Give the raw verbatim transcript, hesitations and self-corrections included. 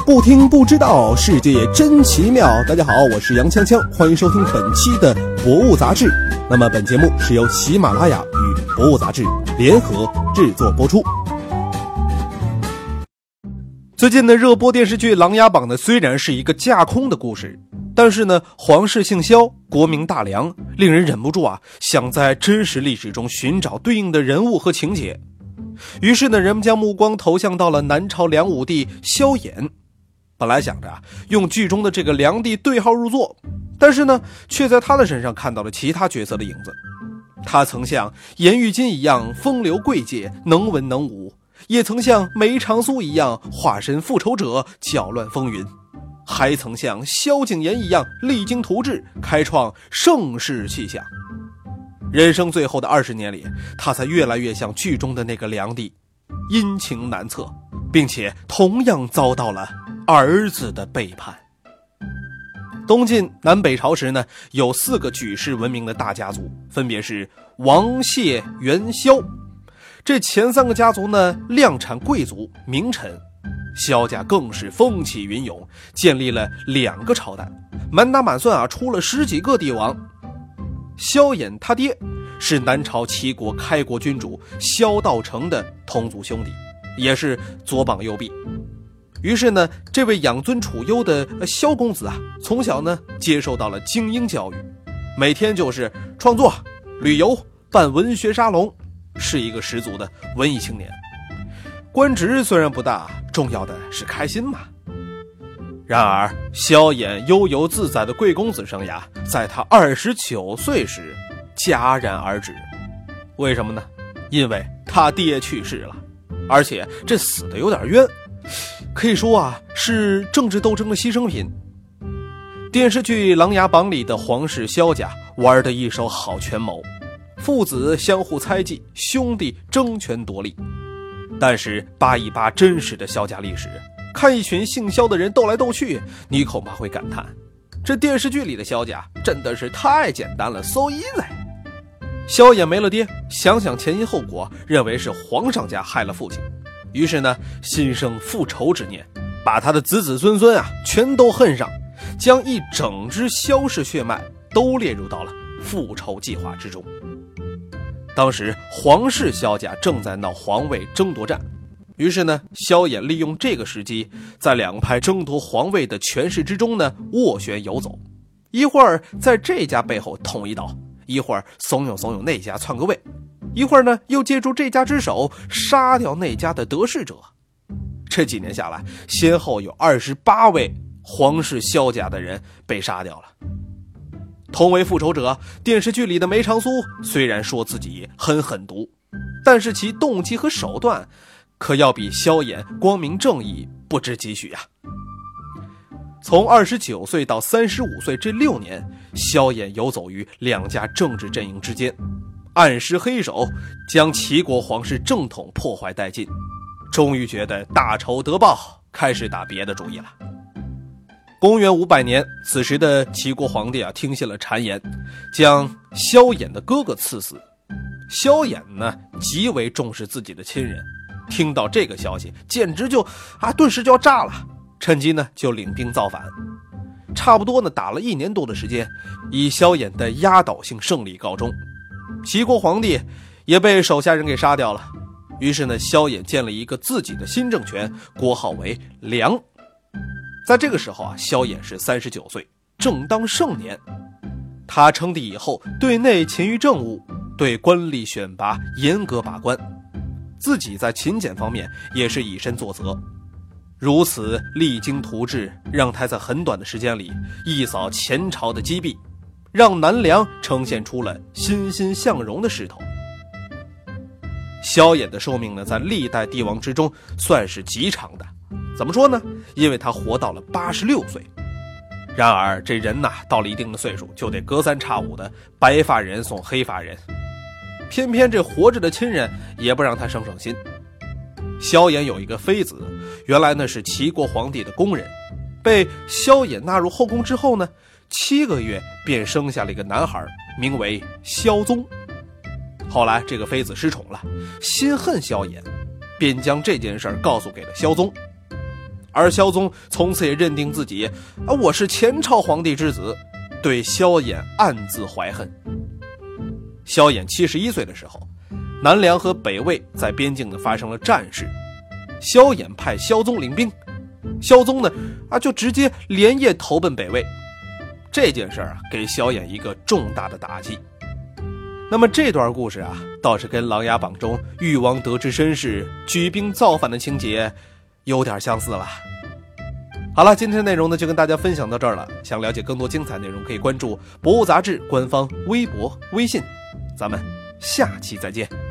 不听不知道，世界真奇妙。大家好，我是杨锵锵，欢迎收听本期的博物杂志。那么本节目是由喜马拉雅与博物杂志联合制作播出。最近的热播电视剧《琅琊榜》呢，虽然是一个架空的故事，但是呢，皇室姓萧，国名大梁，令人忍不住啊，想在真实历史中寻找对应的人物和情节。于是呢，人们将目光投向到了南朝梁武帝萧衍。本来想着啊，用剧中的这个梁帝对号入座，但是呢，却在他的身上看到了其他角色的影子。他曾像颜玉京一样风流贵介，能文能武，也曾像梅长苏一样化身复仇者，搅乱风云，还曾像萧景琰一样励精图治，开创盛世气象。人生最后的二十年里，他才越来越像剧中的那个梁帝，阴晴难测，并且同样遭到了儿子的背叛。东晋南北朝时呢，有四个举世闻名的大家族，分别是王、谢、元、萧。这前三个家族呢，量产贵族名臣，萧家更是风起云涌，建立了两个朝代，满打满算啊，出了十几个帝王。萧衍他爹是南朝齐国开国君主萧道成的同族兄弟，也是左膀右臂。于是呢，这位养尊处优的萧公子啊，从小呢接受到了精英教育，每天就是创作、旅游、办文学沙龙，是一个十足的文艺青年。官职虽然不大，重要的是开心嘛。然而萧衍悠游自在的贵公子生涯，在他二十九岁时戛然而止。为什么呢？因为他爹去世了，而且这死的有点冤，可以说啊，是政治斗争的牺牲品。电视剧《琅琊榜》里的皇室萧家玩的一手好权谋，父子相互猜忌，兄弟争权夺利。但是扒一扒真实的萧家历史，看一群姓萧的人斗来斗去，你恐怕会感叹，这电视剧里的萧家真的是太简单了 ，so easy。萧衍没了爹，想想前因后果，认为是皇上家害了父亲，于是呢，心生复仇之念，把他的子子孙孙啊全都恨上，将一整支萧氏血脉都列入到了复仇计划之中。当时皇室萧家正在闹皇位争夺战，于是呢，萧衍利用这个时机，在两派争夺皇位的权势之中呢斡旋游走，一会儿在这家背后捅一刀，一会儿怂恿怂恿那家篡个位，一会儿呢又借助这家之手杀掉那家的得势者。这几年下来，先后有二十八位皇室萧家的人被杀掉了。同为复仇者，电视剧里的梅长苏虽然说自己很狠毒，但是其动机和手段可要比萧衍光明正义不知几许啊。从二十九岁到三十五岁这六年，萧衍游走于两家政治阵营之间，暗施黑手，将齐国皇室正统破坏殆尽，终于觉得大仇得报，开始打别的主意了。公元五百年，此时的齐国皇帝啊，听信了谗言，将萧衍的哥哥赐死。萧衍呢，极为重视自己的亲人，听到这个消息，简直就啊，顿时就要炸了，趁机呢就领兵造反。差不多呢打了一年多的时间，以萧衍的压倒性胜利告终。齐国皇帝也被手下人给杀掉了。于是呢，萧衍建了一个自己的新政权，国号为梁。在这个时候啊，萧衍是三十九岁，正当盛年。他称帝以后，对内勤于政务，对官吏选拔严格把关，自己在勤俭方面也是以身作则。如此励精图治，让他在很短的时间里一扫前朝的积弊，让南梁呈现出了欣欣向荣的势头。萧衍的寿命呢，在历代帝王之中算是极长的。怎么说呢？因为他活到了八十六岁。然而这人呐，到了一定的岁数，就得隔三差五的白发人送黑发人，偏偏这活着的亲人也不让他省省心。萧衍有一个妃子，原来呢是齐国皇帝的宫人，被萧衍纳入后宫之后呢，七个月便生下了一个男孩，名为萧宗。后来这个妃子失宠了，心恨萧衍，便将这件事告诉给了萧宗。 而萧宗从此也认定自己啊，我是前朝皇帝之子，对萧衍暗自怀恨。萧衍七十一岁的时候，南梁和北魏在边境呢发生了战事，萧衍派萧宗领兵，萧宗呢啊就直接连夜投奔北魏。这件事啊给萧衍一个重大的打击。那么这段故事啊倒是跟《琅琊榜》中誉王得知身世举兵造反的情节有点相似了。好了，今天的内容呢就跟大家分享到这儿了。想了解更多精彩内容，可以关注《博物杂志》官方微博、微信。咱们下期再见。